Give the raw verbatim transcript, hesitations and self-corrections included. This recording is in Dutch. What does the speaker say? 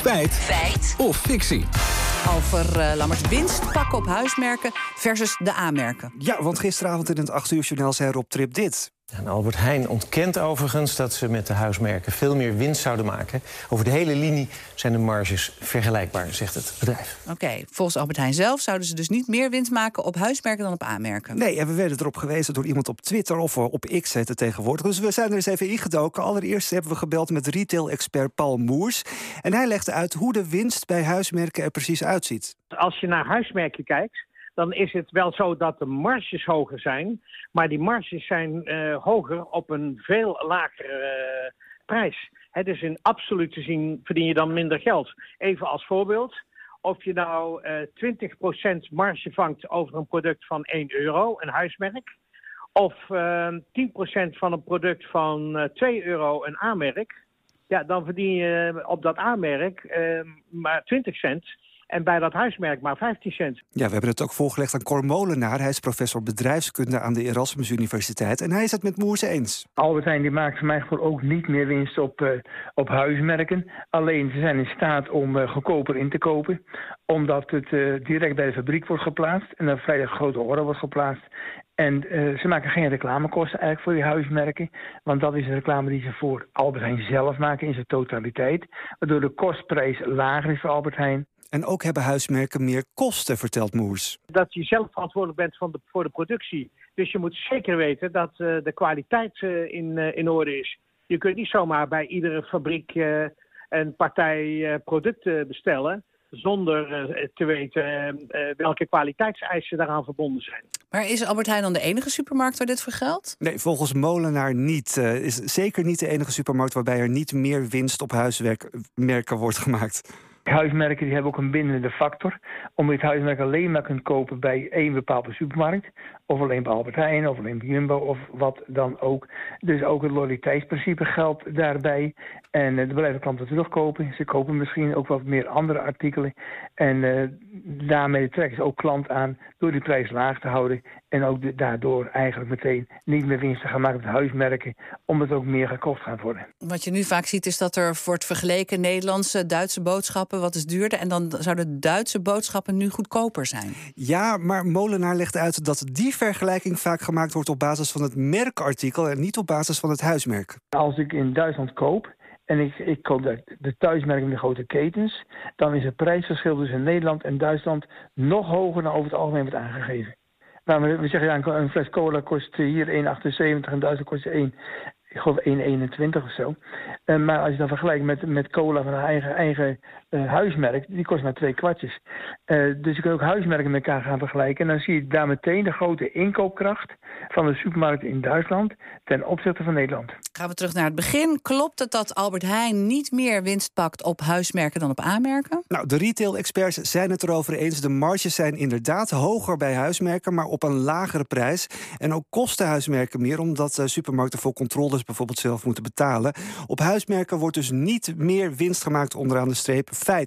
Feit. Feit. Of fictie. Over, uh, Lammert, winst pakken op huismerken versus de A-merken. Ja, want gisteravond in het acht uur journaal zei Rob Trip dit. En Albert Heijn ontkent overigens dat ze met de huismerken veel meer winst zouden maken. Over de hele linie zijn de marges vergelijkbaar, zegt het bedrijf. Oké, okay, volgens Albert Heijn zelf zouden ze dus niet meer winst maken op huismerken dan op A-merken. Nee, en we werden erop gewezen door iemand op Twitter of op X heet tegenwoordig. Dus we zijn er eens even ingedoken. Allereerst hebben we gebeld met retail-expert Paul Moers. En hij legde uit hoe de winst bij huismerken er precies uitziet. Als je naar huismerken kijkt, dan is het wel zo dat de marges hoger zijn. Maar die marges zijn uh, hoger op een veel lagere uh, prijs. He, dus in absolute zin verdien je dan minder geld. Even als voorbeeld. Of je nou uh, twintig procent marge vangt over een product van één euro, een huismerk. Of uh, tien procent van een product van uh, twee euro, een A-merk. Ja, dan verdien je op dat A-merk uh, maar twintig cent. En bij dat huismerk maar vijftien cent. Ja, we hebben het ook voorgelegd aan Cor Molenaar. Hij is professor bedrijfskunde aan de Erasmus Universiteit. En hij is het met Moers eens. Albert Heijn die maakt voor mij gewoon ook niet meer winst op, uh, op huismerken. Alleen ze zijn in staat om uh, goedkoper in te kopen. Omdat het uh, direct bij de fabriek wordt geplaatst. En dan vrij grote orde wordt geplaatst. En uh, ze maken geen reclamekosten eigenlijk voor die huismerken. Want dat is de reclame die ze voor Albert Heijn zelf maken in zijn totaliteit. Waardoor de kostprijs lager is voor Albert Heijn. En ook hebben huismerken meer kosten, vertelt Moers. Dat je zelf verantwoordelijk bent van de, voor de productie. Dus je moet zeker weten dat uh, de kwaliteit uh, in, uh, in orde is. Je kunt niet zomaar bij iedere fabriek uh, een partij uh, producten bestellen zonder uh, te weten uh, uh, welke kwaliteitseisen daaraan verbonden zijn. Maar is Albert Heijn dan de enige supermarkt waar dit voor geldt? Nee, volgens Molenaar niet. Uh, is zeker niet de enige supermarkt waarbij er niet meer winst op huismerken wordt gemaakt. Huismerken die hebben ook een bindende factor. Omdat je het huismerk alleen maar kunt kopen bij één bepaalde supermarkt. Of alleen bij Albert Heijn, of alleen bij Jumbo, of wat dan ook. Dus ook het loyaliteitsprincipe geldt daarbij. En uh, de blijven klanten terugkopen. Ze kopen misschien ook wat meer andere artikelen. En uh, daarmee trekken ze ook klant aan door die prijs laag te houden. En ook de, daardoor eigenlijk meteen niet meer winst te gaan maken op de huismerken. Omdat het ook meer gekocht gaat worden. Wat je nu vaak ziet is dat er wordt vergeleken Nederlandse, Duitse boodschappen. Wat is duurder? En dan zouden Duitse boodschappen nu goedkoper zijn. Ja, maar Molenaar legt uit dat die vergelijking vaak gemaakt wordt op basis van het merkartikel en niet op basis van het huismerk. Als ik in Duitsland koop en ik, ik koop de, de thuismerken van de grote ketens, dan is het prijsverschil tussen Nederland en Duitsland nog hoger dan over het algemeen wordt aangegeven. Nou, we zeggen ja, een fles cola kost hier één achtenzeventig en Duitsland kost één. Ik geloof één eenentwintig of zo. Uh, maar als je dan vergelijkt met, met cola van een eigen, eigen uh, huismerk, die kost maar twee kwartjes. Uh, dus je kunt ook huismerken met elkaar gaan vergelijken. En dan zie je daar meteen de grote inkoopkracht van de supermarkt in Duitsland ten opzichte van Nederland. Gaan we terug naar het begin. Klopt het dat Albert Heijn niet meer winst pakt op huismerken dan op A-merken? Nou, de retail-experts zijn het erover eens. De marges zijn inderdaad hoger bij huismerken, maar op een lagere prijs. En ook kosten huismerken meer, omdat uh, supermarkten voor controles bijvoorbeeld zelf moeten betalen. Op huismerken wordt dus niet meer winst gemaakt onderaan de streep. Feit.